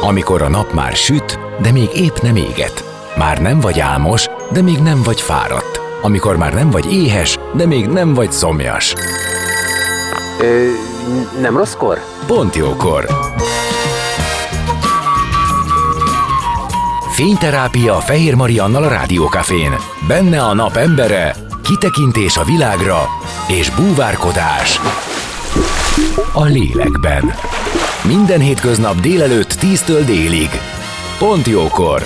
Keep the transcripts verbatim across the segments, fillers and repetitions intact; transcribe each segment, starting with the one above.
Amikor a nap már süt, de még épp nem éget. Már nem vagy álmos, de még nem vagy fáradt. Amikor már nem vagy éhes, de még nem vagy szomjas. Ö, nem rosszkor? Pont jókor. Fényterápia Fehér Mariannal a Rádiókafén. Benne a nap embere, kitekintés a világra és búvárkodás a lélekben. Minden hétköznap délelőtt tíztől délig. Pont jókor.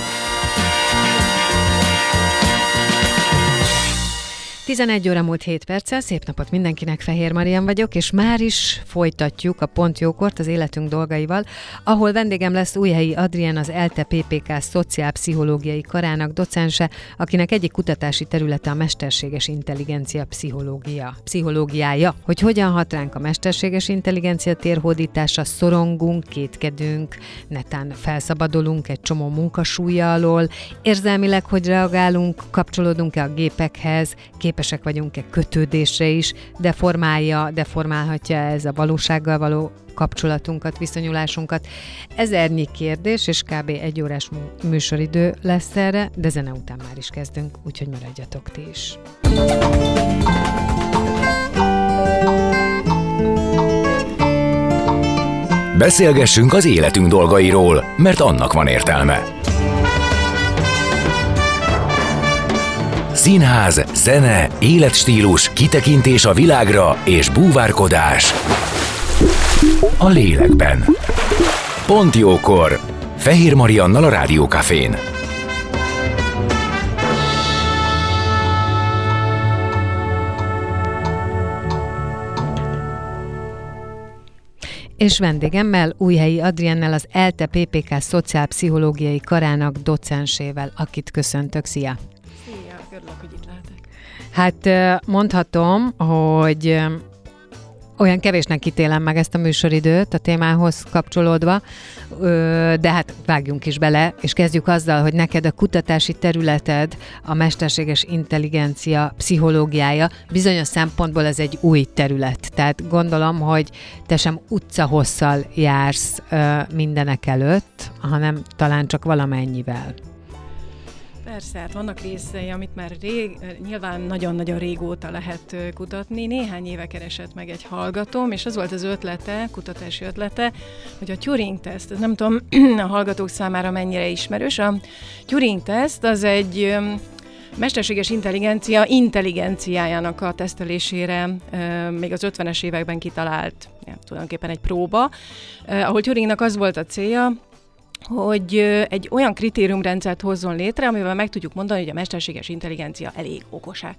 tizenegy óra múlt hét perccel, szép napot mindenkinek, Fehér Marian vagyok, és már is folytatjuk a Pont Jókort az életünk dolgaival, ahol vendégem lesz Újhelyi Adrien, az ELTE pé pé ká szociálpszichológiai karának docense, akinek egyik kutatási területe a mesterséges intelligencia pszichológia, pszichológiája. Hogy hogyan hat ránk a mesterséges intelligencia térhódítása, szorongunk, kétkedünk, netán felszabadulunk egy csomó munkasúlya alól, érzelmileg hogy reagálunk, kapcsolódunk-e a gépekhez, képesek vagyunk-e kötődésre is, deformálja, deformálhatja ez a valósággal való kapcsolatunkat, viszonyulásunkat. Ezernyi kérdés, és kb. egy órás műsoridő lesz erre, de zene után már is kezdünk, úgyhogy maradjatok ti is. Beszélgessünk az életünk dolgairól, mert annak van értelme. Színház, zene, életstílus, kitekintés a világra és búvárkodás a lélekben. Pont jókor. Fehér Mariannal a Rádiókafén. És vendégemmel, Újhelyi Adriennel, az ELTE pé pé ká szociálpszichológiai karának docensével, akit köszöntök. Szia! Szia, örülök, hogy itt lehetek. Hát mondhatom, hogy olyan kevésnek ítélem meg ezt a műsoridőt a témához kapcsolódva, de hát vágjunk is bele, és kezdjük azzal, hogy neked a kutatási területed a mesterséges intelligencia pszichológiája, bizonyos szempontból ez egy új terület. Tehát gondolom, hogy te sem utcahosszal jársz mindenek előtt, hanem talán csak valamennyivel. Persze, hát vannak részei, amit már rég, nyilván nagyon-nagyon régóta lehet kutatni. Néhány éve keresett meg egy hallgatóm, és az volt az ötlete, kutatási ötlete, hogy a Turing-teszt, ez nem tudom a hallgatók számára mennyire ismerős. A Turing-teszt az egy mesterséges intelligencia intelligenciájának a tesztelésére még az ötvenes években kitalált, ja, tulajdonképpen egy próba, ahol Turingnak az volt a célja, hogy egy olyan kritériumrendszert hozzon létre, amivel meg tudjuk mondani, hogy a mesterséges intelligencia elég okos-e.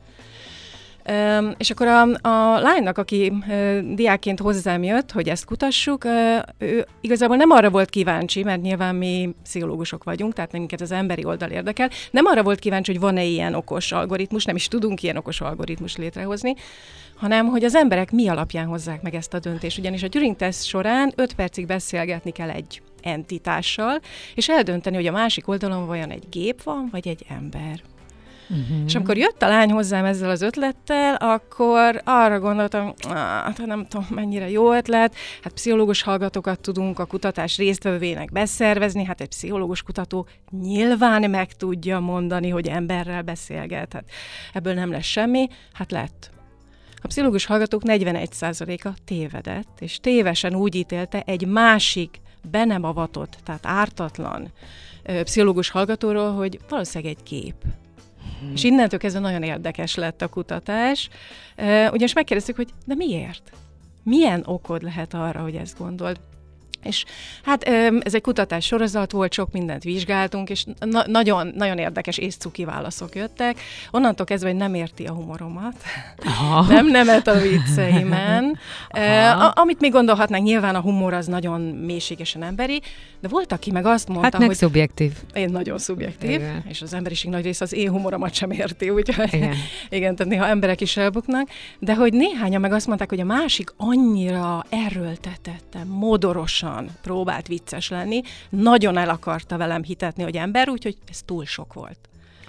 Um, és akkor a, a lánynak, aki uh, diákként hozzám jött, hogy ezt kutassuk, uh, ő igazából nem arra volt kíváncsi, mert nyilván mi pszichológusok vagyunk, tehát minket az emberi oldal érdekel, nem arra volt kíváncsi, hogy van-e ilyen okos algoritmus, nem is tudunk ilyen okos algoritmus létrehozni, hanem hogy az emberek mi alapján hozzák meg ezt a döntést. Ugyanis a Turing-teszt során öt percig beszélgetni kell egy entitással, és eldönteni, hogy a másik oldalon vajon egy gép van, vagy egy ember. Uh-huh. És amikor jött a lány hozzám ezzel az ötlettel, akkor arra gondoltam, hát nem tudom, mennyire jó ötlet, hát pszichológus hallgatókat tudunk a kutatás résztvevőjének beszervezni, hát egy pszichológus kutató nyilván meg tudja mondani, hogy emberrel beszélget, hát ebből nem lesz semmi, hát lett. A pszichológus hallgatók negyvenegy százaléka tévedett, és tévesen úgy ítélte egy másik be nem avatott, tehát ártatlan ö, pszichológus hallgatóról, hogy valószínűleg egy gép. Hmm. És innentől kezdve nagyon érdekes lett a kutatás, ö, ugyanis megkérdeztük, hogy de miért? Milyen okod lehet arra, hogy ezt gondold? És hát ez egy kutatás sorozat volt, sok mindent vizsgáltunk, és na- nagyon, nagyon érdekes és cuki válaszok jöttek. Onnantól kezdve, hogy nem érti a humoromat, Aha. nem nemet a vicceimen. A, amit még gondolhatnánk, nyilván a humor az nagyon mélységesen emberi, de volt, aki meg azt mondta, hát meg hogy... szubjektív. Én nagyon szubjektív, igen. És az emberiség nagy része az én humoromat sem érti, úgyhogy igen. igen, tehát néha emberek is elbuknak, de hogy néhányan meg azt mondták, hogy a másik annyira erőltetetten, modorosan próbált vicces lenni, nagyon el akarta velem hitetni, hogy ember, úgyhogy ez túl sok volt.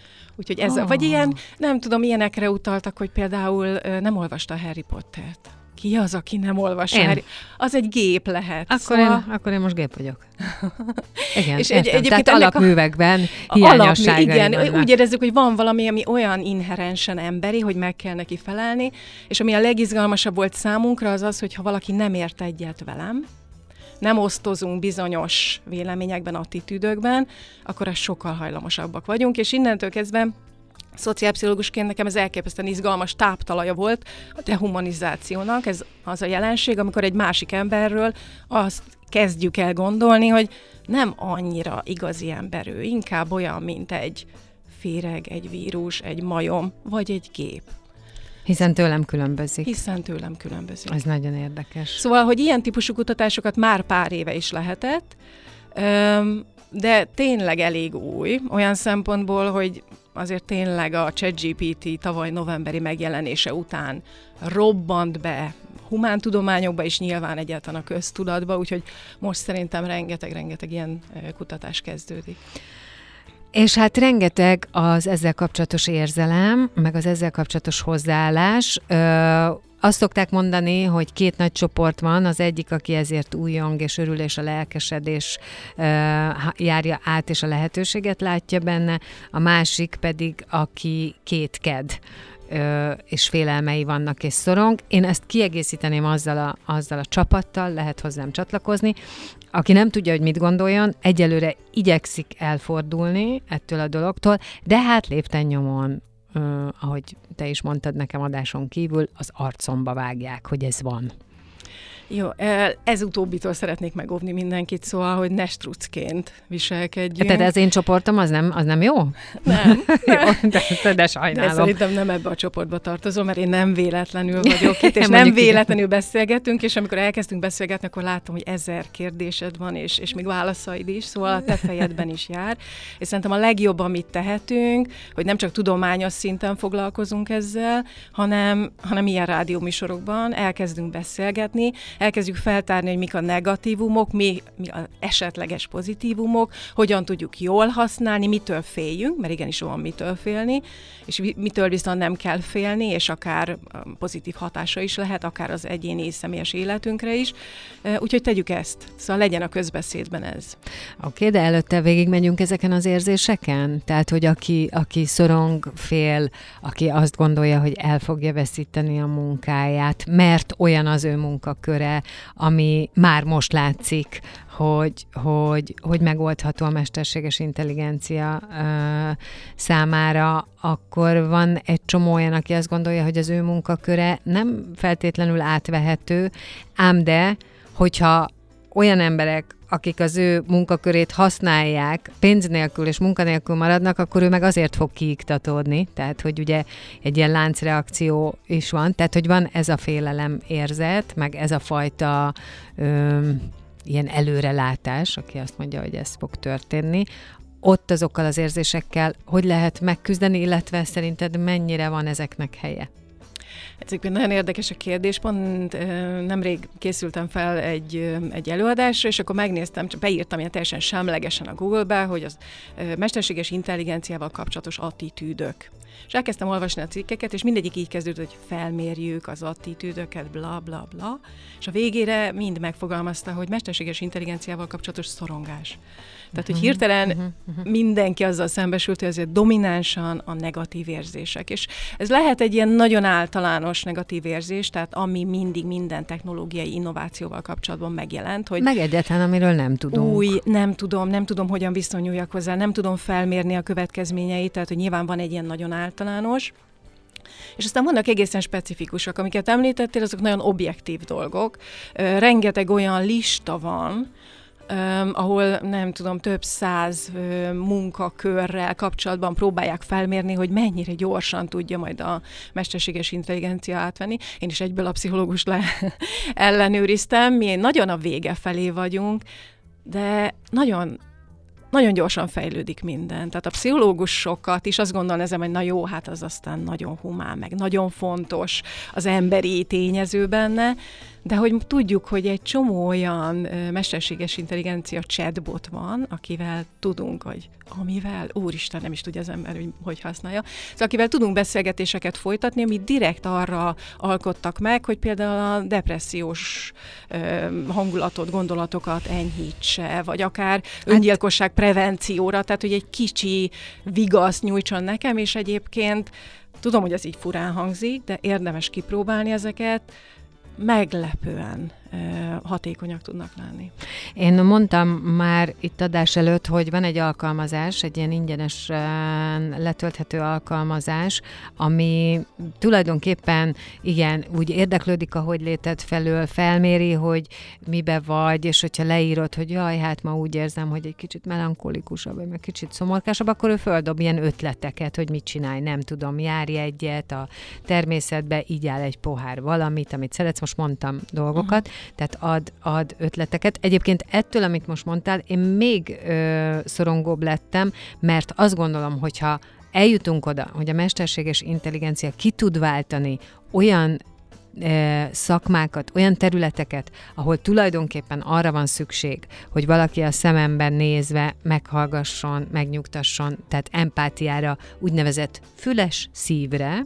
Úgyhogy ez, oh. vagy ilyen, nem tudom, ilyenekre utaltak, hogy például nem olvasta a Harry Pottert. ki az, aki nem olvas Én. el? Az egy gép lehet. Akkor, szóval... én, akkor én most gép vagyok. Igen, és értem. egy, Tehát alapművekben a... hiányosságai igen, vannak. úgy érezzük, hogy van valami, ami olyan inherensen emberi, hogy meg kell neki felelni, és ami a legizgalmasabb volt számunkra, az az, hogy ha valaki nem ért egyet velem, nem osztozunk bizonyos véleményekben, attitűdökben, akkor ez sokkal hajlamosabbak vagyunk, és innentől kezdve szociálpszichológusként nekem ez elképesztően izgalmas táptalaja volt a dehumanizációnak. Ez az a jelenség, amikor egy másik emberről azt kezdjük el gondolni, hogy nem annyira igazi ember ő, inkább olyan, mint egy féreg, egy vírus, egy majom, vagy egy gép. Hiszen tőlem különbözik. Hiszen tőlem különbözik. Ez nagyon érdekes. Szóval, hogy ilyen típusú kutatásokat már pár éve is lehetett, de tényleg elég új, olyan szempontból, hogy azért tényleg a ChatGPT tavaly novemberi megjelenése után robbant be humántudományokba, és nyilván egyáltalán a köztudatba, úgyhogy most szerintem rengeteg-rengeteg ilyen kutatás kezdődik. És hát rengeteg az ezzel kapcsolatos érzelem, meg az ezzel kapcsolatos hozzáállás. Ö, azt szokták mondani, hogy két nagy csoport van, az egyik, aki ezért újjong és örül, és a lelkesedés ö, járja át, és a lehetőséget látja benne, a másik pedig, aki kétked, ö, és félelmei vannak, és szorong. Én ezt kiegészíteném azzal a, azzal a csapattal, lehet hozzám csatlakozni, aki nem tudja, hogy mit gondoljon, egyelőre igyekszik elfordulni ettől a dologtól, de hát lépten nyomon, uh, ahogy te is mondtad nekem adáson kívül, az arcomba vágják, hogy ez van. Jó, ez utóbbitól szeretnék megóvni mindenkit, szóval, hogy ne strucként viselkedjünk. Tehát az én csoportom az nem, az nem jó? Nem. Jó, de, de sajnálom. De szerintem nem ebbe a csoportba tartozom, mert én nem véletlenül vagyok itt, és nem véletlenül beszélgetünk, és amikor elkezdtünk beszélgetni, akkor látom, hogy ezer kérdésed van, és, és még válaszaid is, szóval a te fejedben is jár. És szerintem a legjobb, amit tehetünk, hogy nem csak tudományos szinten foglalkozunk ezzel, hanem, hanem ilyen rádióműsorokban elkezdünk beszélgetni, elkezdjük feltárni, hogy mik a negatívumok, mi, mi az esetleges pozitívumok, hogyan tudjuk jól használni, mitől féljünk, mert igenis van mitől félni, és mitől viszont nem kell félni, és akár pozitív hatása is lehet, akár az egyéni személyes életünkre is. Úgyhogy tegyük ezt. Szóval legyen a közbeszédben ez. Oké, okay, de előtte végigmegyünk ezeken az érzéseken? Tehát, hogy aki, aki szorong, fél, aki azt gondolja, hogy el fogja veszíteni a munkáját, mert olyan az ő munkaköre, ami már most látszik, hogy, hogy, hogy megoldható a mesterséges intelligencia uh, számára, akkor van egy csomó olyan, aki azt gondolja, hogy az ő munkaköre nem feltétlenül átvehető, ám de, hogyha olyan emberek, akik az ő munkakörét használják, pénz nélkül és munkanélkül maradnak, akkor ő meg azért fog kiiktatódni, tehát hogy ugye egy ilyen láncreakció is van, tehát hogy van ez a félelem érzet, meg ez a fajta ö, ilyen előrelátás, aki azt mondja, hogy ez fog történni, ott azokkal az érzésekkel hogy lehet megküzdeni, illetve szerinted mennyire van ezeknek helye? Ez nagyon érdekes a kérdés, pont nemrég készültem fel egy, egy előadásra, és akkor megnéztem, csak beírtam ilyen teljesen semlegesen a Google-be, hogy az mesterséges intelligenciával kapcsolatos attitűdök. És elkezdtem olvasni a cikkeket, és mindegyik így kezdődött, hogy felmérjük az attitűdöket, bla, bla, bla, és a végére mind megfogalmazta, hogy mesterséges intelligenciával kapcsolatos szorongás. Tehát, hogy hirtelen uh-huh, uh-huh. mindenki azzal szembesült, hogy azért dominánsan a negatív érzések. És ez lehet egy ilyen nagyon általános negatív érzés, tehát ami mindig minden technológiai innovációval kapcsolatban megjelent. Hogy meg egyáltalán, amiről nem tudunk. Új, nem tudom, nem tudom, hogyan viszonyuljak hozzá, nem tudom felmérni a következményeit, tehát, hogy nyilván van egy ilyen nagyon általános. És aztán vannak egészen specifikusak, amiket említettél, azok nagyon objektív dolgok. Rengeteg olyan lista van, Um, ahol nem tudom, több száz uh, munkakörrel kapcsolatban próbálják felmérni, hogy mennyire gyorsan tudja majd a mesterséges intelligencia átvenni. Én is egyből a pszichológust le ellenőriztem, mi nagyon a vége felé vagyunk, de nagyon nagyon gyorsan fejlődik minden. Tehát a pszichológusokat is azt gondolom ezen, hogy na jó, hát az aztán nagyon humán, meg nagyon fontos az emberi tényező benne, de hogy tudjuk, hogy egy csomó olyan mesterséges intelligencia chatbot van, akivel tudunk, hogy amivel, úristen, nem is tudja az ember, hogy hogy használja, szóval akivel tudunk beszélgetéseket folytatni, ami direkt arra alkottak meg, hogy például a depressziós ö, hangulatot, gondolatokat enyhítse, vagy akár öngyilkosság prevencióra, tehát hogy egy kicsi vigaszt nyújtson nekem, és egyébként tudom, hogy ez így furán hangzik, de érdemes kipróbálni ezeket, meglepően uh, hatékonyak tudnak lenni. Én mondtam már itt adás előtt, hogy van egy alkalmazás, egy ilyen ingyenes uh, letölthető alkalmazás, ami tulajdonképpen igen, úgy érdeklődik a hogyléted felől, felméri, hogy mibe vagy, és hogyha leírod, hogy jaj, hát ma úgy érzem, hogy egy kicsit melankolikusabb, vagy meg kicsit szomorkásabb, akkor ő földob ilyen ötleteket, hogy mit csinálj, nem tudom, járj egyet a természetbe, igyál egy pohár valamit, amit szeretsz, most mondtam dolgokat, uh-huh. tehát ad, ad ötleteket. Egyébként ettől, amit most mondtál, én még ö, szorongóbb lettem, mert azt gondolom, hogyha eljutunk oda, hogy a mesterséges intelligencia ki tud váltani olyan ö, szakmákat, olyan területeket, ahol tulajdonképpen arra van szükség, hogy valaki a szememben nézve meghallgasson, megnyugtasson, tehát empátiára, úgynevezett füles szívre,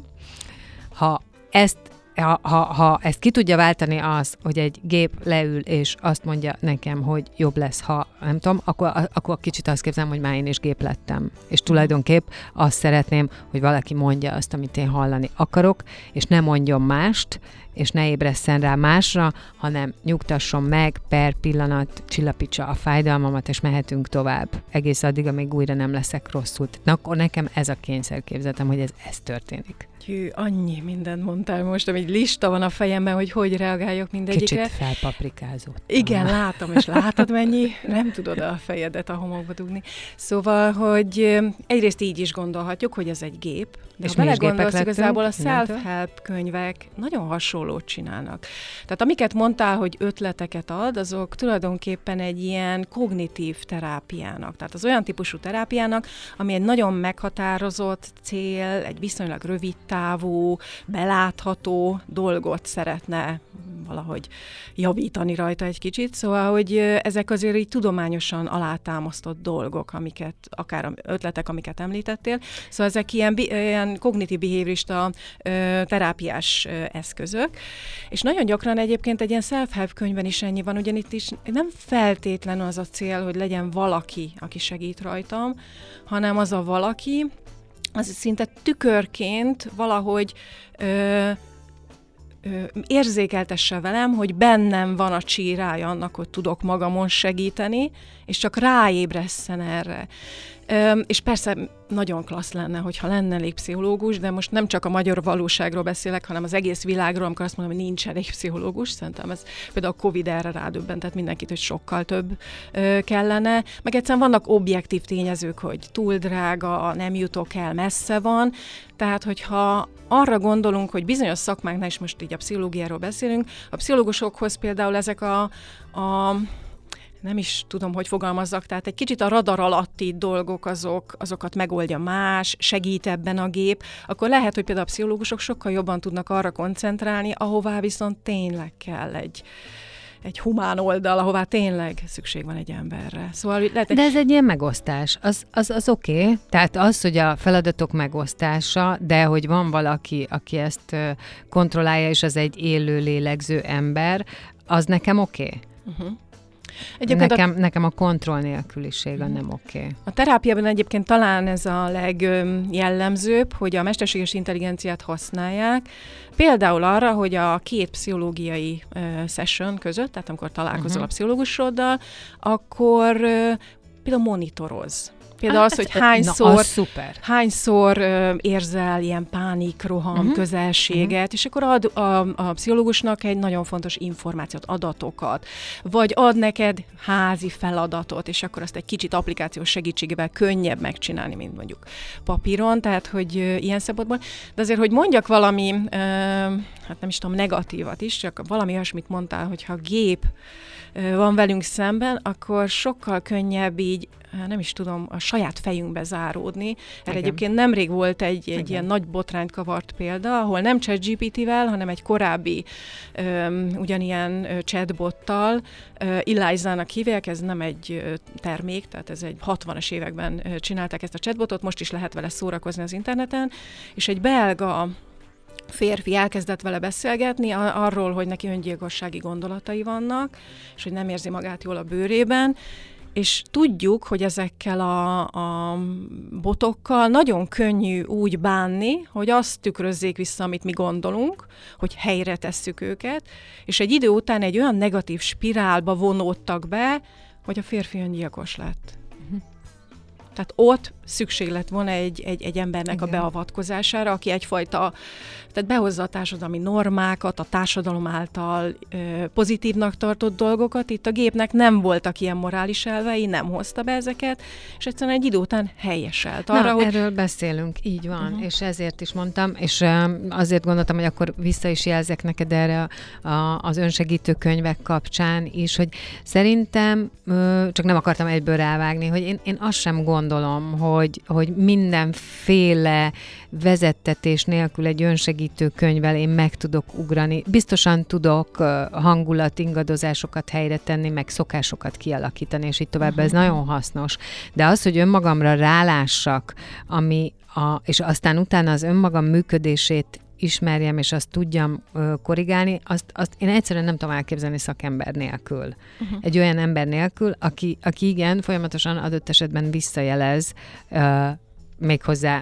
ha ezt Ha, ha, ha ezt ki tudja váltani az, hogy egy gép leül, és azt mondja nekem, hogy jobb lesz, ha nem tudom, akkor, akkor kicsit azt képzelem, hogy már én is gép lettem. És tulajdonképp azt szeretném, hogy valaki mondja azt, amit én hallani akarok, és ne mondjon mást, és ne ébresszen rá másra, hanem nyugtasson meg, per pillanat, csillapítsa a fájdalmamat, és mehetünk tovább. Egész addig, amíg újra nem leszek rosszul. Na, akkor nekem ez a kényszerképzetem, hogy ez, ez történik. Hű, annyi mindent mondtál most, ami lista van a fejemben, hogy hogy reagáljak mindegyikre. Kicsit felpaprikázott. Igen, látom, és látod mennyi, nem tudod a fejedet a homokba dugni. Szóval, hogy egyrészt így is gondolhatjuk, hogy ez egy gép, de és ha belegondolsz, igazából a self-help könyvek nagyon hasonlót csinálnak. Tehát amiket mondtál, hogy ötleteket ad, azok tulajdonképpen egy ilyen kognitív terápiának. Tehát az olyan típusú terápiának, ami egy nagyon meghatározott cél, egy viszonylag rövid távú, belátható dolgot szeretne valahogy javítani rajta egy kicsit. Szóval, hogy ezek azért így tudományosan alátámasztott dolgok, amiket, akár ötletek, amiket említettél. Szóval ezek ilyen, ilyen kognitív behaviorista terápiás eszközök. És nagyon gyakran egyébként egy ilyen self-help könyvben is ennyi van, ugyan itt is nem feltétlenül az a cél, hogy legyen valaki, aki segít rajtam, hanem az a valaki, az szinte tükörként valahogy ö, ö, érzékeltesse velem, hogy bennem van a csírája annak, hogy tudok magamon segíteni, és csak ráébresszen erre. Ö, és persze nagyon klassz lenne, hogyha lenne elég pszichológus, de most nem csak a magyar valóságról beszélek, hanem az egész világról, amikor azt mondom, hogy nincs elég pszichológus, szerintem ez például a Covid erre rádöbbentett mindenkit, hogy sokkal több ö, kellene. Meg egyszerűen vannak objektív tényezők, hogy túl drága, nem jutok el, messze van, tehát hogyha arra gondolunk, hogy bizonyos szakmáknál, és most így a pszichológiáról beszélünk, a pszichológusokhoz például ezek a, a nem is tudom, hogy fogalmazzak, tehát egy kicsit a radar alatti dolgok, azok, azokat megoldja más, segít ebben a gép, akkor lehet, hogy például a pszichológusok sokkal jobban tudnak arra koncentrálni, ahová viszont tényleg kell egy, egy humán oldal, ahová tényleg szükség van egy emberre. Szóval lehet, de ez egy ilyen megosztás, az, az, az oké. Okay. Tehát az, hogy a feladatok megosztása, de hogy van valaki, aki ezt kontrollálja, és az egy élő, lélegző ember, az nekem oké. Okay. Uh-huh. Nekem, a, nekem a kontroll nélküliség a nem oké. Okay. A terápiában egyébként talán ez a legjellemzőbb, hogy a mesterséges intelligenciát használják, például arra, hogy a két pszichológiai uh, session között, tehát amikor találkozol uh-huh. a pszichológusoddal, akkor uh, például monitoroz. Például ah, az, hogy hányszor, na, az hányszor ö, érzel ilyen pánik, roham, uh-huh. közelséget, uh-huh. és akkor ad a, a pszichológusnak egy nagyon fontos információt, adatokat, vagy ad neked házi feladatot, és akkor azt egy kicsit applikációs segítségével könnyebb megcsinálni, mint mondjuk papíron, tehát hogy ö, ilyen szempontból. De azért, hogy mondjak valami, ö, hát nem is tudom, negatívat is, csak valami olyasmit mondtál, hogyha gép van velünk szemben, akkor sokkal könnyebb így nem is tudom, a saját fejünkbe záródni. Erre Igen. egyébként nemrég volt egy, egy Igen. ilyen nagy botrányt kavart példa, ahol nem ChatGPT-vel, hanem egy korábbi öm, ugyanilyen chatbottal, Eliza-nak hívják, ez nem egy termék, tehát ez egy hatvanas években csinálták ezt a chatbotot, most is lehet vele szórakozni az interneten, és egy belga férfi elkezdett vele beszélgetni arról, hogy neki öngyilkossági gondolatai vannak, és hogy nem érzi magát jól a bőrében, és tudjuk, hogy ezekkel a, a botokkal nagyon könnyű úgy bánni, hogy azt tükrözzék vissza, amit mi gondolunk, hogy helyre tesszük őket, és egy idő után egy olyan negatív spirálba vonódtak be, hogy a férfi öngyilkos lett. Uh-huh. Tehát ott szükség lett volna egy, egy, egy embernek Igen. a beavatkozására, aki egyfajta, tehát behozza a társadalmi normákat, a társadalom által ö, pozitívnak tartott dolgokat. Itt a gépnek nem voltak ilyen morális elvei, nem hozta be ezeket, és egyszerűen egy idő után helyeselt arra, Na, hogy... erről beszélünk, így van, uh-huh. és ezért is mondtam, és um, azért gondoltam, hogy akkor vissza is jelzek neked erre a, a, az önsegítő könyvek kapcsán is, hogy szerintem, ö, csak nem akartam egyből rávágni, hogy én, én azt sem gondolom, hogy Hogy, hogy mindenféle vezettetés nélkül egy önsegítő könyvvel én meg tudok ugrani. Biztosan tudok hangulat ingadozásokat helyre tenni, meg szokásokat kialakítani, és így tovább, uh-huh. ez nagyon hasznos. De az, hogy önmagamra rálássak, ami a, és aztán utána az önmagam működését ismerjem, és azt tudjam uh, korrigálni, azt, azt én egyszerűen nem tudom elképzelni szakember nélkül. Uh-huh. Egy olyan ember nélkül, aki, aki igen, folyamatosan adott esetben visszajelez uh, méghozzá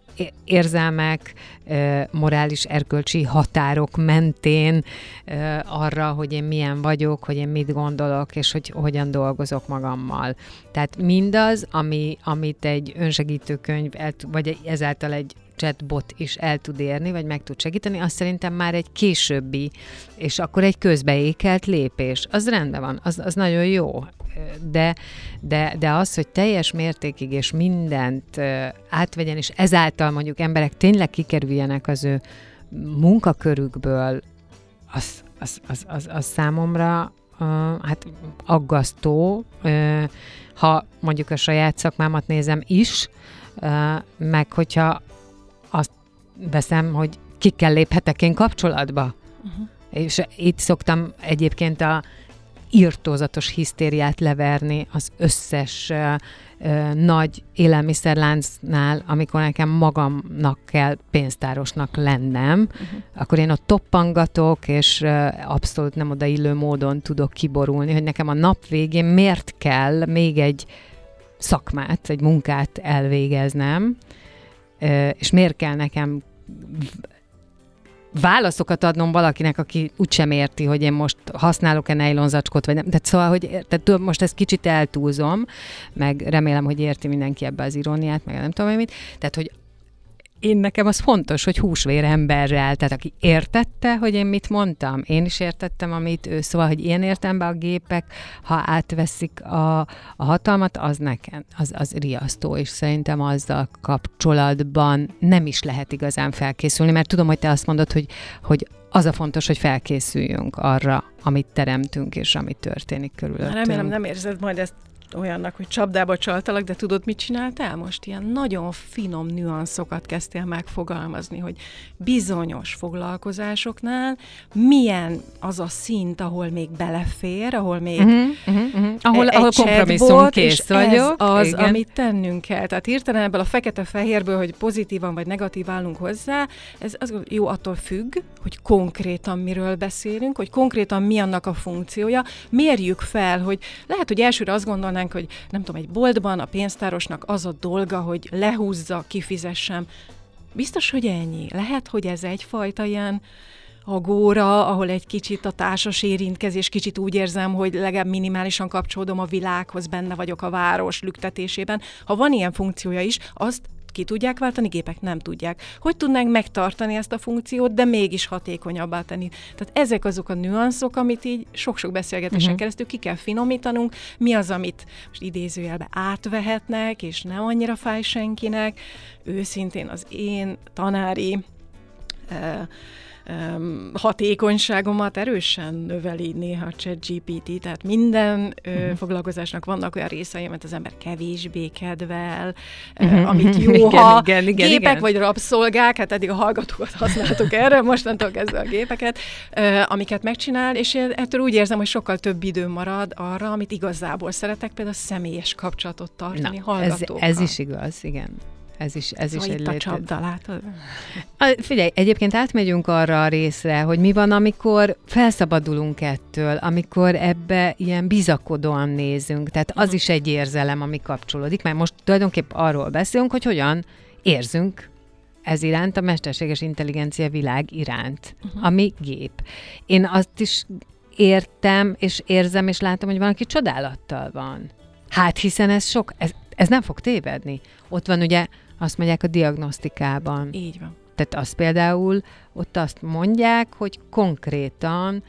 érzelmek, uh, morális, erkölcsi határok mentén uh, arra, hogy én milyen vagyok, hogy én mit gondolok, és hogy hogyan dolgozok magammal. Tehát mindaz, ami, amit egy önsegítőkönyv, vagy ezáltal egy chatbot is el tud érni, vagy meg tud segíteni, az szerintem már egy későbbi, és akkor egy közbeékelt lépés. Az rendben van, az, az nagyon jó. De, de, de az, hogy teljes mértékig és mindent átvegyen, és ezáltal mondjuk emberek tényleg kikerüljenek az ő munkakörükből, az, az, az, az, az számomra uh, hát aggasztó, uh, ha mondjuk a saját szakmámat nézem is, uh, meg hogyha azt veszem, hogy kikkel léphetek én kapcsolatba. Uh-huh. És itt szoktam egyébként a irtózatos hisztériát leverni az összes uh, uh, nagy élelmiszerláncnál, amikor nekem magamnak kell pénztárosnak lennem, uh-huh. akkor én ott toppangatok, és uh, abszolút nem odaillő módon tudok kiborulni, hogy nekem a nap végén miért kell még egy szakmát, egy munkát elvégeznem, uh, és miért kell nekem válaszokat adnom valakinek, aki úgysem érti, hogy én most használok-e nejlonzacskót, vagy nem. Tehát szóval, hogy tehát most ezt kicsit eltúlzom, meg remélem, hogy érti mindenki ebbe az iróniát, meg nem tudom, mit. Tehát, hogy én nekem az fontos, hogy húsvér emberrel, tehát aki értette, hogy én mit mondtam, én is értettem, amit ő, szóval, hogy ilyen értelemben a gépek, ha átveszik a, a hatalmat, az nekem, az, az riasztó, és szerintem azzal kapcsolatban nem is lehet igazán felkészülni, mert tudom, hogy te azt mondod, hogy, hogy az a fontos, hogy felkészüljünk arra, amit teremtünk, és amit történik körülöttünk. Remélem, nem érzed majd ezt olyannak, hogy csapdába csaltalak, de tudod, mit csináltál most? Ilyen nagyon finom nüanszokat kezdtél megfogalmazni, hogy bizonyos foglalkozásoknál milyen az a szint, ahol még belefér, ahol még uh-huh, uh-huh, uh-huh. ahol, ahol kompromisszum kész vagyok. az, igen. amit tennünk kell. Tehát hirtelen ebből a fekete-fehérből, hogy pozitívan vagy negatív állunk hozzá, ez az jó, attól függ, hogy konkrétan miről beszélünk, hogy konkrétan mi annak a funkciója. Mérjük fel, hogy lehet, hogy elsőre azt gondolnánk, hogy nem tudom, egy boltban a pénztárosnak az a dolga, hogy lehúzza, kifizessem. Biztos, hogy ennyi. Lehet, hogy ez egyfajta ilyen agóra, ahol egy kicsit a társas érintkezés, kicsit úgy érzem, hogy legalább minimálisan kapcsolódom a világhoz, benne vagyok a város lüktetésében. Ha van ilyen funkciója is, azt ki tudják váltani, gépek nem tudják. Hogy tudnánk megtartani ezt a funkciót, de mégis hatékonyabbá tenni? Tehát ezek azok a nüanszok, amit így sok-sok beszélgetésen uh-huh. keresztül ki kell finomítanunk, mi az, amit most idézőjelbe átvehetnek, és nem annyira fáj senkinek. Őszintén az én tanári uh, um, hatékonyságomat erősen növeli néha a ChatGPT, tehát minden uh, foglalkozásnak vannak olyan részei, amit az ember kevésbé kedvel, uh, amit jó, igen, ha igen, igen, gépek igen. vagy rabszolgák, hát eddig a hallgatókat használtuk erre, mostantól kezdve a gépeket, uh, amiket megcsinál, és én ettől úgy érzem, hogy sokkal több időm marad arra, amit igazából szeretek, például a személyes kapcsolatot tartani Na, hallgatókkal. Ez, ez is igaz, igen. Ez is, ez szóval is egy itt a csapda, látod? Figyelj, egyébként átmegyünk arra a részre, hogy mi van, amikor felszabadulunk ettől, amikor ebbe ilyen bizakodóan nézünk. Tehát az uh-huh. is egy érzelem, ami kapcsolódik, mert most tulajdonképp arról beszélünk, hogy hogyan érzünk ez iránt, a mesterséges intelligencia világ iránt, uh-huh. ami gép. Én azt is értem, és érzem, és látom, hogy valaki csodálattal van. Hát hiszen ez sok, ez, ez nem fog tévedni. Ott van ugye, azt mondják a diagnosztikában. Így van. Tehát azt például, ott azt mondják, hogy konkrétan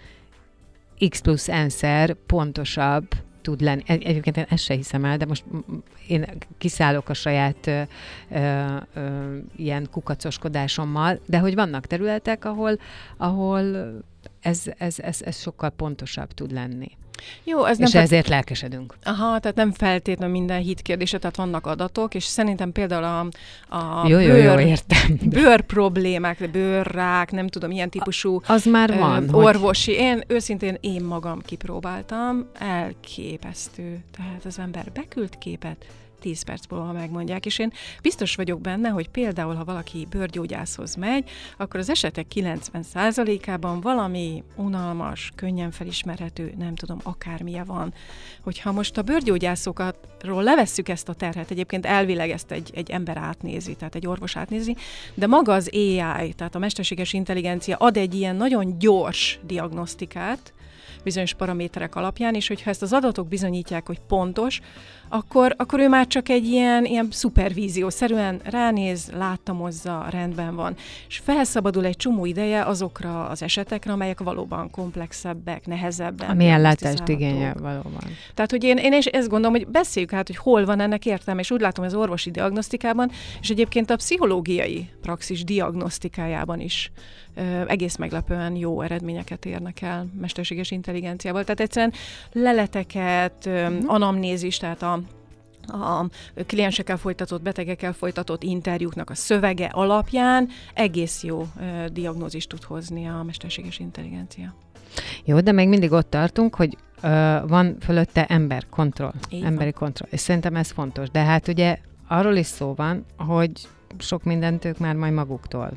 X plusz N-szer pontosabb tud lenni. Egyébként én ezt se hiszem el, de most én kiszállok a saját ö, ö, ö, ilyen kukacoskodásommal, de hogy vannak területek, ahol, ahol ez, ez, ez, ez sokkal pontosabb tud lenni. Jó, ez és nem ezért felt... lelkesedünk. Aha, tehát nem feltétlenül minden hit kérdése, tehát vannak adatok, és szerintem például a, a jó, bőr, jó, jó, értem. bőr problémák, bőrrák, nem tudom, ilyen típusú az már van, ö, orvosi. Hogy... Én őszintén én magam kipróbáltam, elképesztő. Tehát az ember beküld képet, tíz perc múlva megmondják, és én biztos vagyok benne, hogy például, ha valaki bőrgyógyászhoz megy, akkor az esetek kilencven százalékában valami unalmas, könnyen felismerhető, nem tudom, akármilyen van. Hogyha most a bőrgyógyászokatról levesszük ezt a terhet, egyébként elvileg ezt egy, egy ember átnézi, tehát egy orvos átnézi, de maga az á i, tehát a mesterséges intelligencia ad egy ilyen nagyon gyors diagnosztikát, bizonyos paraméterek alapján, és hogyha ezt az adatok bizonyítják, hogy pontos, akkor, akkor ő már csak egy ilyen, ilyen szupervíziószerűen ránéz, láttamozza, rendben van. És felszabadul egy csomó ideje azokra az esetekre, amelyek valóban komplexebbek, nehezebbek. Ami ellátást igényel valóban. Tehát, hogy én, én is ezt gondolom, hogy beszéljük át, hogy hol van ennek értelme, és úgy látom, az orvosi diagnosztikában, és egyébként a pszichológiai praxis diagnosztikájában is ö, egész meglepően jó eredményeket érnek el mesterséges intelligenciával. Tehát egyszerűen leleteket, ö, anamnézis, tehát a a kliensekkel folytatott, betegekkel folytatott interjúknak a szövege alapján egész jó uh, diagnózist tud hozni a mesterséges intelligencia. Jó, de még mindig ott tartunk, hogy uh, van fölötte emberkontroll, Így emberi van. kontroll. És szerintem ez fontos. De hát ugye arról is szó van, hogy sok mindent ők már majd maguktól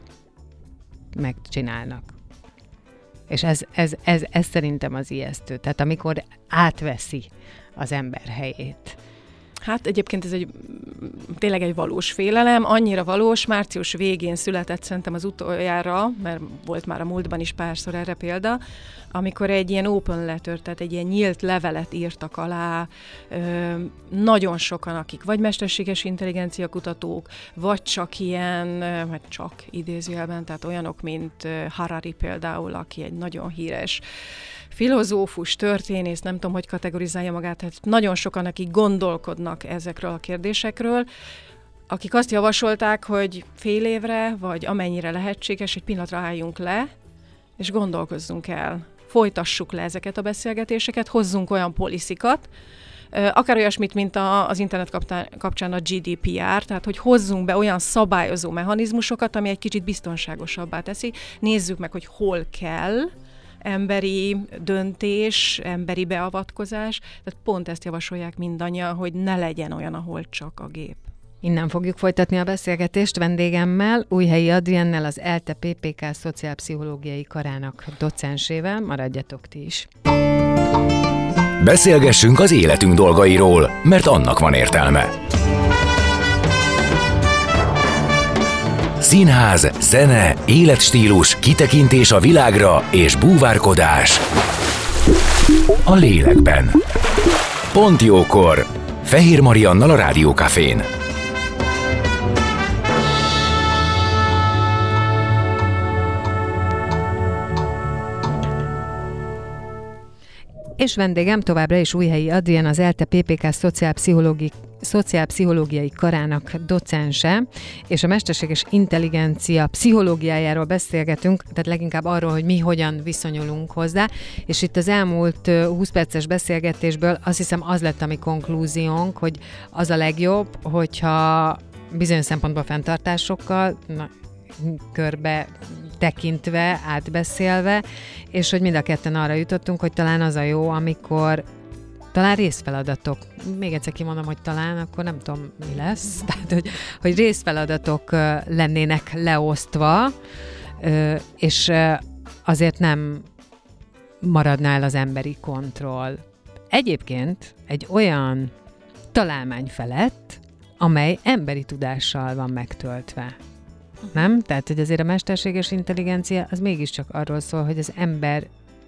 megcsinálnak. És ez, ez, ez, ez szerintem az ijesztő. Tehát amikor átveszi az ember helyét. Hát egyébként ez egy tényleg egy valós félelem, annyira valós, március végén született szerintem az utoljára, mert volt már a múltban is párszor erre példa, amikor egy ilyen open letter, tehát egy ilyen nyílt levelet írtak alá, ö, nagyon sokan, akik vagy mesterséges intelligencia kutatók, vagy csak ilyen, vagy csak idézőjelben, tehát olyanok, mint Harari például, aki egy nagyon híres filozófus, történész, nem tudom, hogy kategorizálja magát, tehát nagyon sokan, akik gondolkodnak ezekről a kérdésekről, akik azt javasolták, hogy fél évre, vagy amennyire lehetséges, egy pillanatra álljunk le, és gondolkozzunk el. Folytassuk le ezeket a beszélgetéseket, hozzunk olyan poliszikat, akár olyasmit, mint a, az internet kapcsán a gé dé pé er, tehát hogy hozzunk be olyan szabályozó mechanizmusokat, ami egy kicsit biztonságosabbá teszi. Nézzük meg, hogy hol kell emberi döntés, emberi beavatkozás, tehát pont ezt javasolják mindannyian, hogy ne legyen olyan, ahol csak a gép. Innen fogjuk folytatni a beszélgetést vendégemmel, Újhelyi Adriennel, az ELTE pé pé ká szociálpszichológiai karának docensével. Maradjatok ti is. Beszélgessünk az életünk dolgairól, mert annak van értelme. Színház, zene, életstílus, kitekintés a világra és búvárkodás a lélekben. Pont jókor! Fehér Mariannal a Rádió Cafén. És vendégem továbbra is Újhelyi Adrien, az ELTE pé pé ká szociálpszichológiai szociálpszichológiai karának docense, és a mesterséges intelligencia pszichológiájáról beszélgetünk, tehát leginkább arról, hogy mi hogyan viszonyulunk hozzá, és itt az elmúlt húsz perces beszélgetésből azt hiszem az lett a mi konklúziónk, hogy az a legjobb, hogyha bizonyos szempontból fenntartásokkal, na, körbe tekintve, átbeszélve, és hogy mind a ketten arra jutottunk, hogy talán az a jó, amikor talán részfeladatok, még egyszer kimondom, hogy talán, akkor nem tudom, mi lesz, tehát, hogy, hogy részfeladatok lennének leosztva, és azért nem maradná el az emberi kontroll. Egyébként egy olyan találmány felett, amely emberi tudással van megtöltve. Nem? Tehát, hogy azért a mesterséges intelligencia az mégiscsak arról szól, hogy az ember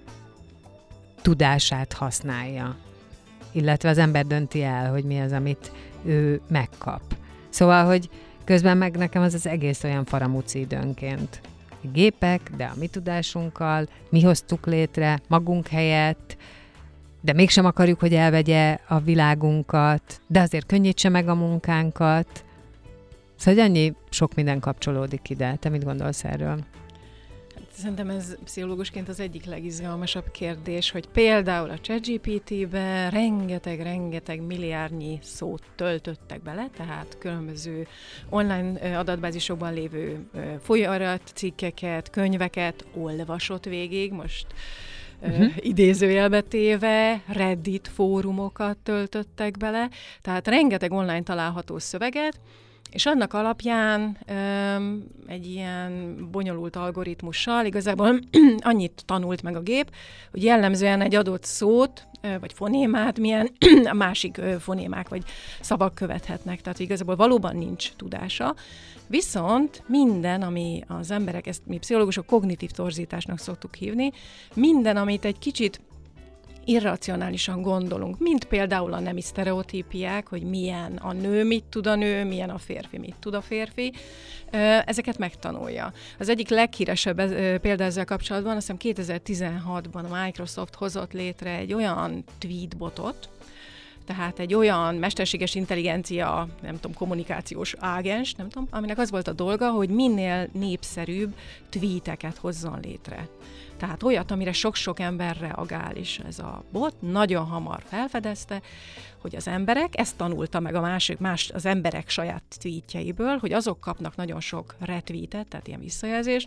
tudását használja, illetve az ember dönti el, hogy mi az, amit ő megkap. Szóval, hogy közben meg nekem az az egész olyan faramúci időnként. Gépek, de a mi tudásunkkal, mi hoztuk létre magunk helyett, de mégsem akarjuk, hogy elvegye a világunkat, de azért könnyítse meg a munkánkat. Szóval annyi sok minden kapcsolódik ide. Te mit gondolsz erről? Szerintem ez pszichológusként az egyik legizgalmasabb kérdés, hogy például a ChatGPT-be rengeteg-rengeteg milliárdnyi szót töltöttek bele, tehát különböző online adatbázisokban lévő folyarat, cikkeket, könyveket olvasott végig, most uh-huh. idézőjelbe téve, Reddit fórumokat töltöttek bele, tehát rengeteg online található szöveget, és annak alapján um, egy ilyen bonyolult algoritmussal igazából annyit tanult meg a gép, hogy jellemzően egy adott szót, vagy fonémát milyen a másik fonémák vagy szavak követhetnek. Tehát igazából valóban nincs tudása. Viszont minden, ami az emberek, ezt mi pszichológusok kognitív torzításnak szoktuk hívni, minden, amit egy kicsit irracionálisan gondolunk, mint például a nemi sztereotípiák, hogy milyen a nő, mit tud a nő, milyen a férfi, mit tud a férfi, ezeket megtanulja. Az egyik leghíresebb példa ezzel kapcsolatban, azt hiszem kétezer-tizenhatban a Microsoft hozott létre egy olyan tweetbotot, tehát egy olyan mesterséges intelligencia, nem tudom, kommunikációs ágens, nem tudom, aminek az volt a dolga, hogy minél népszerűbb tweeteket hozzon létre. Tehát olyat, amire sok-sok ember reagál, és ez a bot nagyon hamar felfedezte, hogy az emberek, ezt tanulta meg a másik, más, az emberek saját tweetjeiből, hogy azok kapnak nagyon sok retweetet, tehát ilyen visszajelzést,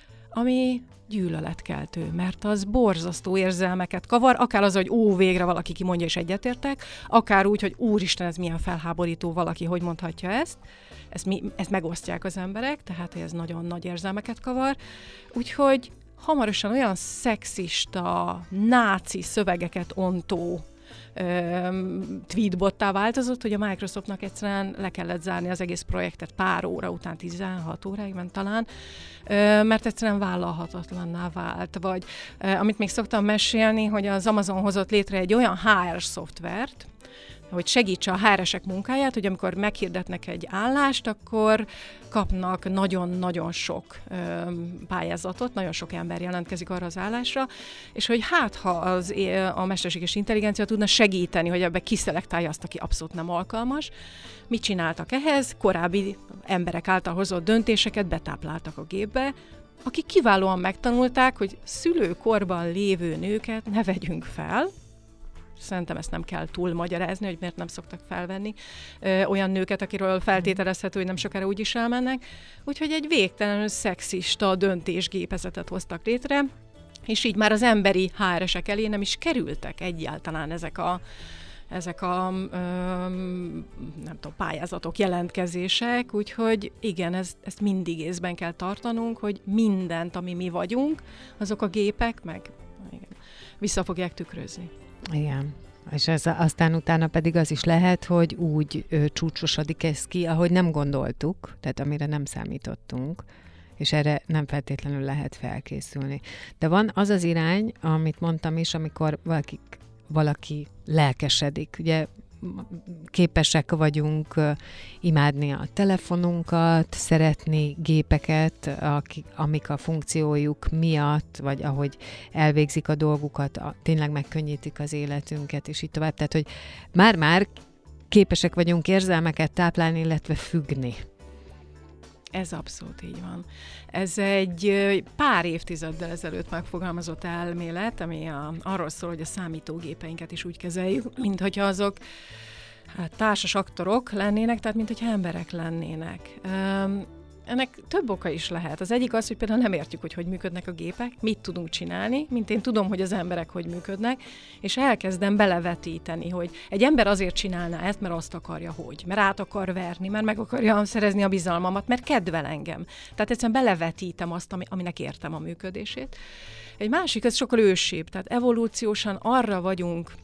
ami gyűlöletkeltő, mert az borzasztó érzelmeket kavar, akár az, hogy ó, végre valaki kimondja és egyetértek, akár úgy, hogy úristen, ez milyen felháborító, valaki hogy mondhatja ezt, ezt, mi, ezt megosztják az emberek, tehát ez nagyon nagy érzelmeket kavar, úgyhogy hamarosan olyan szexista, náci szövegeket ontó tweetbottá változott, hogy a Microsoftnak egyszerűen le kellett zárni az egész projektet pár óra után, tizenhat óráig ment talán, mert egyszerűen vállalhatatlanná vált. Vagy amit még szoktam mesélni, hogy az Amazon hozott létre egy olyan há er szoftvert, hogy segítse a há er esek munkáját, hogy amikor meghirdetnek egy állást, akkor kapnak nagyon-nagyon sok ö, pályázatot, nagyon sok ember jelentkezik arra az állásra, és hogy hát, ha az, a mesterséges intelligencia tudna segíteni, hogy ebbe kiszelektálja azt, aki abszolút nem alkalmas. Mit csináltak ehhez? Korábbi emberek által hozott döntéseket betápláltak a gépbe, akik kiválóan megtanulták, hogy szülőkorban lévő nőket ne vegyünk fel. Szerintem ezt nem kell túl magyarázni, hogy miért nem szoktak felvenni ö, olyan nőket, akiről feltételezhető, hogy nem sokára úgyis elmennek. Úgyhogy egy végtelenül szexista döntésgépezetet hoztak létre, és így már az emberi há er esek elé nem is kerültek egyáltalán ezek a, ezek a ö, nem tudom, pályázatok, jelentkezések, úgyhogy igen, ez, ezt mindig észben kell tartanunk, hogy mindent, ami mi vagyunk, azok a gépek meg igen, vissza fogják tükrözni. Igen. És ez aztán utána pedig az is lehet, hogy úgy ö, csúcsosodik ez ki, ahogy nem gondoltuk, tehát amire nem számítottunk, és erre nem feltétlenül lehet felkészülni. De van az az irány, amit mondtam is, amikor valaki, valaki lelkesedik. Ugye képesek vagyunk imádni a telefonunkat, szeretni gépeket, akik, amik a funkciójuk miatt, vagy ahogy elvégzik a dolgukat, a, tényleg megkönnyítik az életünket, és így tovább. Tehát, hogy már-már képesek vagyunk érzelmeket táplálni, illetve függni. Ez abszolút így van. Ez egy pár évtizeddel ezelőtt megfogalmazott elmélet, ami a, arról szól, hogy a számítógépeinket is úgy kezeljük, mint hogyha azok hát, társas aktorok lennének, tehát mint hogyha emberek lennének. Um, Ennek több oka is lehet. Az egyik az, hogy például nem értjük, hogy hogy működnek a gépek, mit tudunk csinálni, mint én tudom, hogy az emberek hogy működnek, és elkezdem belevetíteni, hogy egy ember azért csinálna ezt, mert azt akarja, hogy, mert át akar verni, mert meg akarja szerezni a bizalmamat, mert kedvel engem. Tehát egyszerűen belevetítem azt, ami, aminek értem a működését. Egy másik, ez sokkal ősibb, tehát evolúciósan arra vagyunk,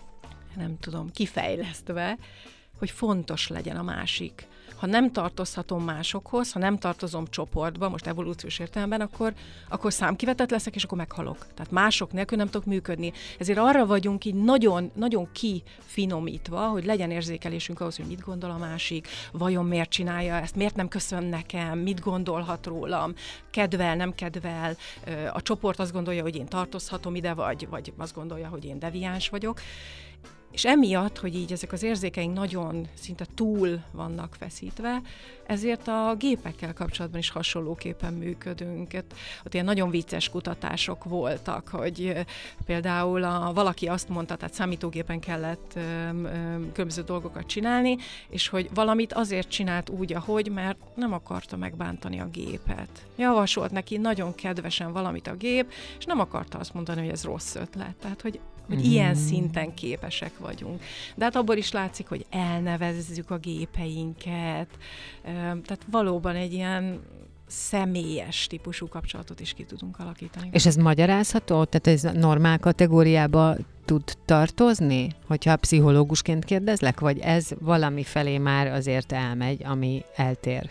nem tudom, kifejlesztve, hogy fontos legyen a másik. Ha nem tartozhatom másokhoz, ha nem tartozom csoportba, most evolúciós értelemben, akkor, akkor számkivetett leszek, és akkor meghalok. Tehát mások nélkül nem tudok működni. Ezért arra vagyunk így nagyon, nagyon kifinomítva, hogy legyen érzékelésünk ahhoz, hogy mit gondol a másik, vajon miért csinálja ezt, miért nem köszön nekem, mit gondolhat rólam, kedvel, nem kedvel, a csoport azt gondolja, hogy én tartozhatom ide, vagy, vagy azt gondolja, hogy én deviáns vagyok. És emiatt, hogy így ezek az érzékeink nagyon szinte túl vannak feszítve, ezért a gépekkel kapcsolatban is hasonlóképpen működünk. Ott ilyen nagyon vicces kutatások voltak, hogy például a, valaki azt mondta, tehát számítógépen kellett ö, ö, különböző dolgokat csinálni, és hogy valamit azért csinált úgy, ahogy, mert nem akarta megbántani a gépet. Javasolt neki nagyon kedvesen valamit a gép, és nem akarta azt mondani, hogy ez rossz ötlet. Tehát, hogy hogy mm. ilyen szinten képesek vagyunk. De hát abból is látszik, hogy elnevezzük a gépeinket, tehát valóban egy ilyen személyes típusú kapcsolatot is ki tudunk alakítani. És ez magyarázható? Tehát ez normál kategóriába tud tartozni, hogyha pszichológusként kérdezlek, vagy ez valami felé már azért elmegy, ami eltér?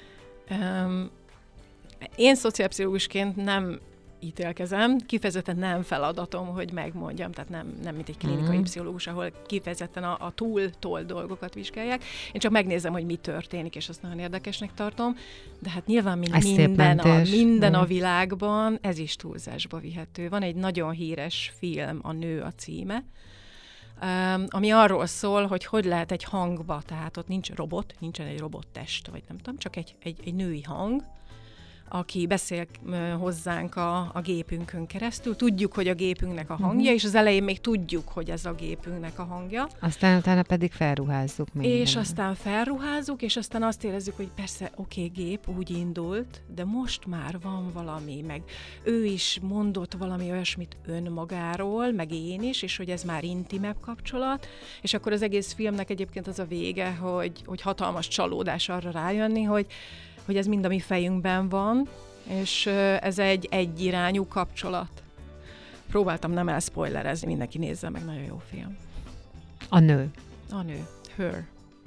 Um, én szociálpszichológusként nem ítélkezem, kifejezetten nem feladatom, hogy megmondjam, tehát nem, nem mint egy klinikai mm. pszichológus, ahol kifejezetten a, a túl-tól dolgokat vizsgálják. Én csak megnézem, hogy mi történik, és azt nagyon érdekesnek tartom, de hát nyilván mind, minden, a, minden mm. a világban ez is túlzásba vihető. Van egy nagyon híres film, A nő a címe, Um, ami arról szól, hogy hogy lehet egy hangba, tehát ott nincs robot, nincsen egy robottest, vagy nem tudom, csak egy, egy, egy női hang, aki beszél hozzánk a, a gépünkön keresztül. Tudjuk, hogy a gépünknek a hangja, uh-huh. és az elején még tudjuk, hogy ez a gépünknek a hangja. Aztán utána pedig felruházzuk minden. És aztán felruházzuk, és aztán azt érezzük, hogy persze, oké, okay, gép úgy indult, de most már van valami, meg ő is mondott valami olyasmit önmagáról, meg én is, és hogy ez már intimebb kapcsolat, és akkor az egész filmnek egyébként az a vége, hogy, hogy hatalmas csalódás arra rájönni, hogy hogy ez mind a mi fejünkben van, és ez egy egyirányú kapcsolat. Próbáltam nem elszpoilerezni, mindenki nézze meg, nagyon jó film. A nő. A nő. Her.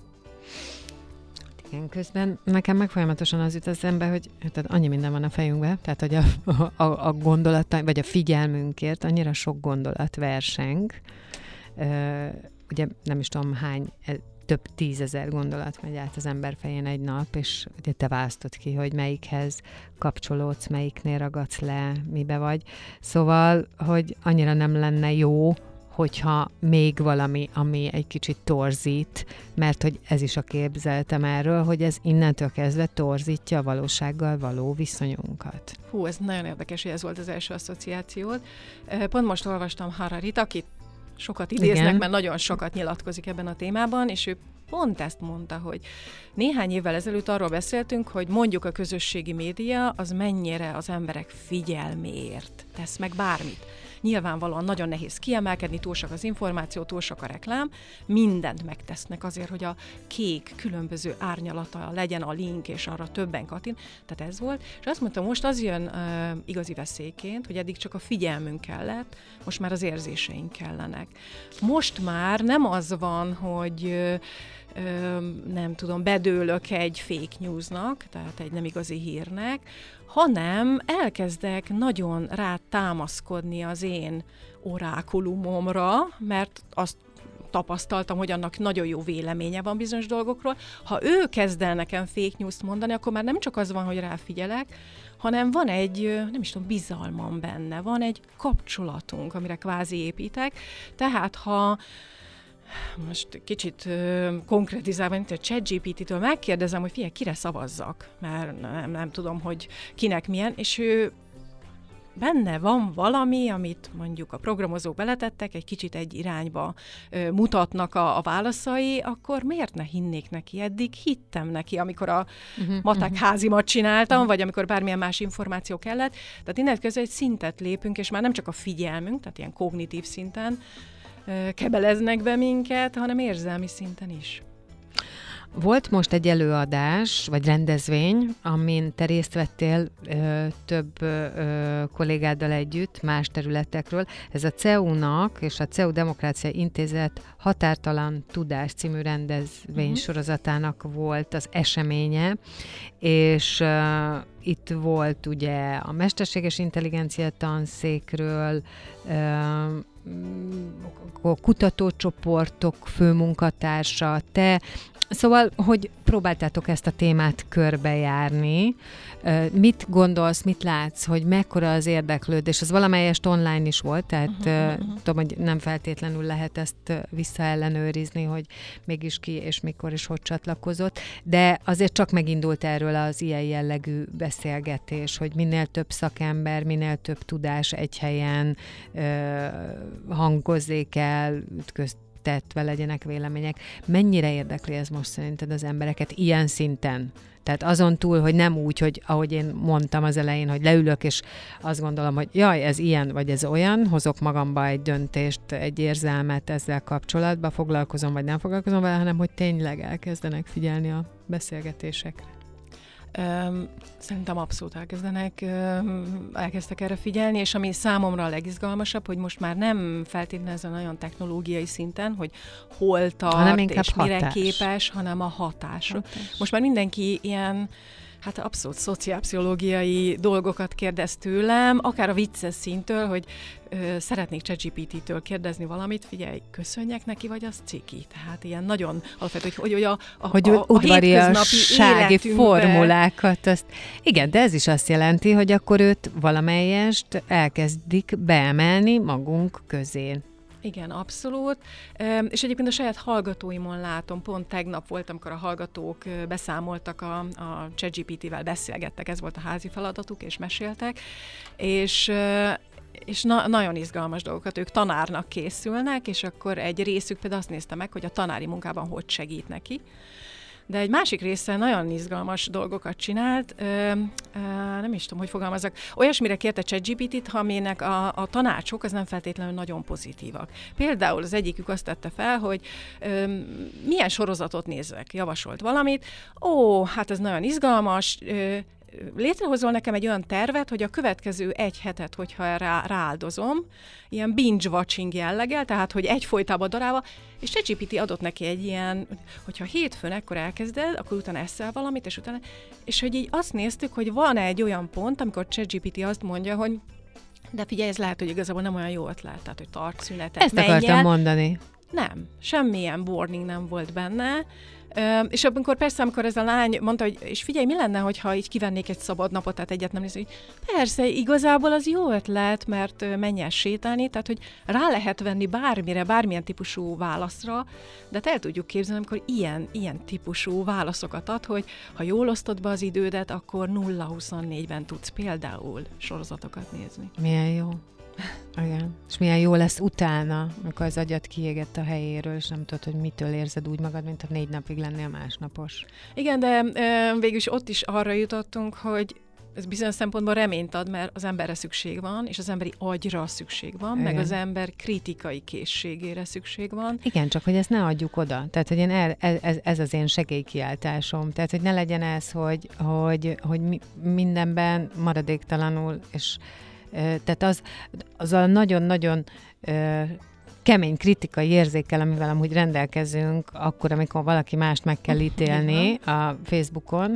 Igen, közben nekem meg folyamatosan az jut eszembe, hogy tehát annyi minden van a fejünkben, tehát hogy a, a, a gondolat, vagy a figyelmünkért annyira sok gondolat verseng. Uh, ugye nem is tudom hány, több tízezer gondolat megy át az ember fején egy nap, és ugye te választod ki, hogy melyikhez kapcsolódsz, melyiknél ragadsz le, mibe vagy. Szóval, hogy annyira nem lenne jó, hogyha még valami, ami egy kicsit torzít, mert hogy ez is a képzeltem erről, hogy ez innentől kezdve torzítja a valósággal való viszonyunkat. Hú, ez nagyon érdekes, hogy ez volt az első asszociációt. Pont most olvastam Hararit, akit sokat idéznek, igen, mert nagyon sokat nyilatkozik ebben a témában, és ő pont ezt mondta, hogy néhány évvel ezelőtt arról beszéltünk, hogy mondjuk a közösségi média az mennyire az emberek figyelméért tesz meg bármit. Nyilvánvalóan nagyon nehéz kiemelkedni, túl sok az információ, túl sok a reklám, mindent megtesznek azért, hogy a kék különböző árnyalata legyen a link, és arra többen kattint. Tehát ez volt. És azt mondtam, most az jön uh, igazi veszélyként, hogy eddig csak a figyelmünk kellett, most már az érzéseink kellenek. Most már nem az van, hogy uh, Ö, nem tudom, bedőlök egy fake newsnak, tehát egy nem igazi hírnek, hanem elkezdek nagyon rá támaszkodni az én orákulumomra, mert azt tapasztaltam, hogy annak nagyon jó véleménye van bizonyos dolgokról. Ha ő kezd el nekem fake news-t mondani, akkor már nem csak az van, hogy ráfigyelek, hanem van egy, nem is tudom, bizalmam benne, van egy kapcsolatunk, amire kvázi építek. Tehát ha Most kicsit uh, konkrétizálva, mint a ChatGPT-től megkérdezem, hogy figyelj, kire szavazzak, mert nem, nem tudom, hogy kinek milyen, és ő benne van valami, amit mondjuk a programozók beletettek, egy kicsit egy irányba ö, mutatnak a, a válaszai, akkor miért ne hinnék neki? Eddig hittem neki, amikor a uh-huh, matek uh-huh. házimat csináltam, uh-huh. vagy amikor bármilyen más információ kellett. Tehát innen közben egy szintet lépünk, és már nem csak a figyelmünk, tehát ilyen kognitív szinten ö, kebeleznek be minket, hanem érzelmi szinten is. Volt most egy előadás, vagy rendezvény, amin te részt vettél ö, több ö, kollégáddal együtt más területekről. Ez a cé e u-nak és a cé e u Demokrácia Intézet Határtalan Tudás című rendezvény uh-huh. sorozatának volt az eseménye, és ö, itt volt ugye a mesterséges intelligencia tanszékről, ö, a kutatócsoportok főmunkatársa, te. Szóval, hogy próbáltátok ezt a témát körbejárni. Mit gondolsz, mit látsz, hogy mekkora az érdeklődés? Ez valamelyest online is volt, tehát uh-huh, uh-huh. tudom, hogy nem feltétlenül lehet ezt visszaellenőrizni, hogy mégis ki és mikor és hogy csatlakozott, de azért csak megindult erről az ilyen jellegű beszélgetés, hogy minél több szakember, minél több tudás egy helyen uh, hangozzék el, ütközt tettve legyenek vélemények. Mennyire érdekli ez most szerinted az embereket ilyen szinten? Tehát azon túl, hogy nem úgy, hogy ahogy én mondtam az elején, hogy leülök, és azt gondolom, hogy jaj, ez ilyen, vagy ez olyan, hozok magamba egy döntést, egy érzelmet ezzel kapcsolatban, foglalkozom, vagy nem foglalkozom vele, hanem hogy tényleg elkezdenek figyelni a beszélgetésekre. Um, szerintem abszolút elkezdenek, um, elkezdtek erre figyelni, és ami számomra a legizgalmasabb, hogy most már nem feltétlenül ezen nagyon technológiai szinten, hogy hol tart és hatás. Mire képes, hanem a hatás. hatás. Most már mindenki ilyen, hát abszolút szociálpszichológiai dolgokat kérdez tőlem, akár a vicces szintől, hogy ö, szeretnék ChatGPT-től kérdezni valamit, figyelj, köszönjek neki, vagy az ciki. Tehát ilyen nagyon alapvető, hogy, hogy, hogy a, a, hogy a, a udvariassági formulákat, azt, igen, de ez is azt jelenti, hogy akkor őt valamelyest elkezdik beemelni magunk közé. Igen, abszolút. És egyébként a saját hallgatóimon látom, pont tegnap volt, amikor a hallgatók beszámoltak, a, a ChatGPT-vel beszélgettek, ez volt a házi feladatuk, és meséltek, és és na- nagyon izgalmas dolgokat, ők tanárnak készülnek, és akkor egy részük például azt nézte meg, hogy a tanári munkában hogy segít neki. De egy másik része nagyon izgalmas dolgokat csinált, ö, ö, nem is tudom, hogy fogalmazok. Olyasmire kérte ChatGPT-t, aminek a, a tanácsok az nem feltétlenül nagyon pozitívak. Például az egyikük azt tette fel, hogy ö, milyen sorozatot nézzek, javasolt valamit. Ó, hát ez nagyon izgalmas, ö, létrehozol nekem egy olyan tervet, hogy a következő egy hetet, hogyha rá, rááldozom, ilyen binge-watching jelleggel, tehát, hogy egyfolytában darálva, és ChatGPT adott neki egy ilyen, hogyha hétfőn ekkor elkezded, akkor utána eszel valamit, és utána, és hogy így azt néztük, hogy van egy olyan pont, amikor ChatGPT azt mondja, hogy de figyelj, ez lehet, hogy igazából nem olyan jó ötlet, tehát, hogy tart szünetet. Ezt akartam mondani. Nem, semmilyen warning nem volt benne. Uh, és amikor persze, amikor ez a lány mondta, hogy és figyelj, mi lenne, hogyha így kivennék egy szabad napot, tehát egyet nem nézni, hogy persze, igazából az jó ötlet, mert uh, menj el sétálni, tehát hogy rá lehet venni bármire, bármilyen típusú válaszra, de el tudjuk képzelni, amikor ilyen, ilyen típusú válaszokat ad, hogy ha jól osztod be az idődet, akkor nulla huszonnégyben tudsz például sorozatokat nézni. Milyen jó. Igen. És milyen jó lesz utána, amikor az agyad kiégett a helyéről, és nem tudod, hogy mitől érzed úgy magad, mint ha négy napig lennél másnapos. Igen, de e, végülis ott is arra jutottunk, hogy ez bizonyos szempontból reményt ad, mert az emberre szükség van, és az emberi agyra szükség van, igen. Meg az ember kritikai készségére szükség van. Igen, csak hogy ezt ne adjuk oda. Tehát, hogy én el, ez, ez az én segélykiáltásom. Tehát, hogy ne legyen ez, hogy, hogy, hogy mindenben maradéktalanul, és tehát az, az a nagyon-nagyon ö, kemény kritikai érzékkel, amivel amúgy rendelkezünk, akkor, amikor valaki mást meg kell ítélni a Facebookon,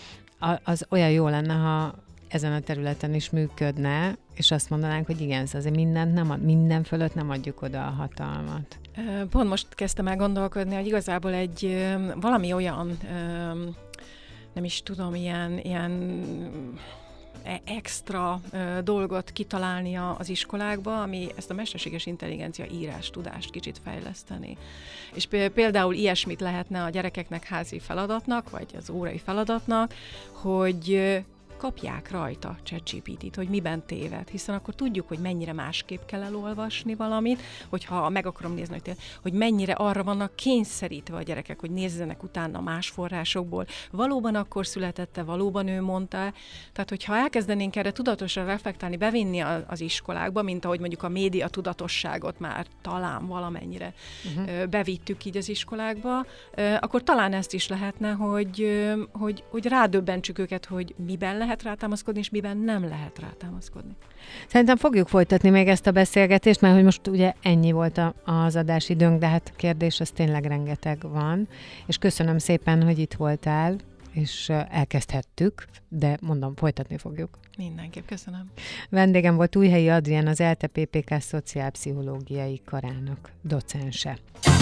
az olyan jó lenne, ha ezen a területen is működne, és azt mondanánk, hogy igen, azért mindent nem ad, minden fölött nem adjuk oda a hatalmat. Pont most kezdtem el gondolkodni, hogy igazából egy valami olyan, nem is tudom, ilyen, ilyen extra dolgot kitalálnia az iskolákba, ami ezt a mesterséges intelligencia írás tudást kicsit fejleszteni. És például ilyesmit lehetne a gyerekeknek házi feladatnak, vagy az órai feladatnak, hogy kapják rajta ChatGPT-t, hogy miben téved, hiszen akkor tudjuk, hogy mennyire másképp kell elolvasni valamit, hogyha meg akarom nézni, hogy, tél, hogy mennyire arra vannak kényszerítve a gyerekek, hogy nézzenek utána más forrásokból. Valóban akkor születette, valóban ő mondta. Tehát, hogyha elkezdenénk erre tudatosan reflektálni, bevinni az iskolákba, mint ahogy mondjuk a média tudatosságot már talán valamennyire uh-huh. bevittük így az iskolákba, akkor talán ezt is lehetne, hogy, hogy, hogy rádöbbentsük őket, hogy miben lehet rátámaszkodni, és miben nem lehet rátámaszkodni. Szerintem fogjuk folytatni még ezt a beszélgetést, mert hogy most ugye ennyi volt a, az adásidőnk, de hát kérdés az tényleg rengeteg van, és köszönöm szépen, hogy itt voltál, és elkezdhettük, de mondom, folytatni fogjuk. Mindenképp, köszönöm. Vendégem volt Újhelyi Adrián, az ELTE pé pé ká szociálpszichológiai karának docense.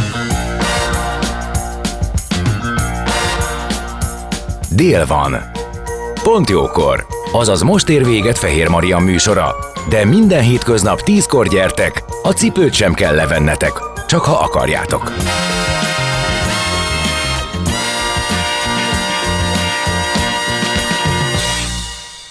Dél van. Pont jókor, azaz most ér véget Fehér Marian műsora, de minden hétköznap tízkor gyertek, a cipőt sem kell levennetek, csak ha akarjátok.